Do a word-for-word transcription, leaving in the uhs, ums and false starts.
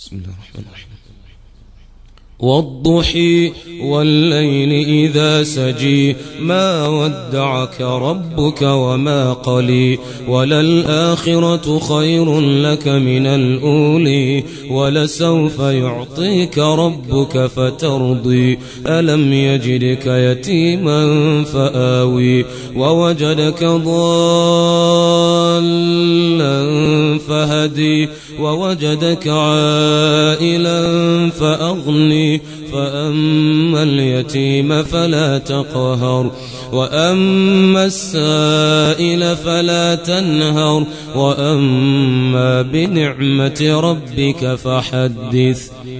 بسم الله الرحمن الرحيم. والضحى والليل إذا سجى ما ودعك ربك وما قلى وللآخرة خير لك من الأولى ولسوف يعطيك ربك فترضى ألم يجدك يتيما فآوى ووجدك ضالا فهدى ووجدك عائلا فأغني فأما اليتيم فلا تقهر وأما السائل فلا تنهر وأما بنعمة ربك فحدث.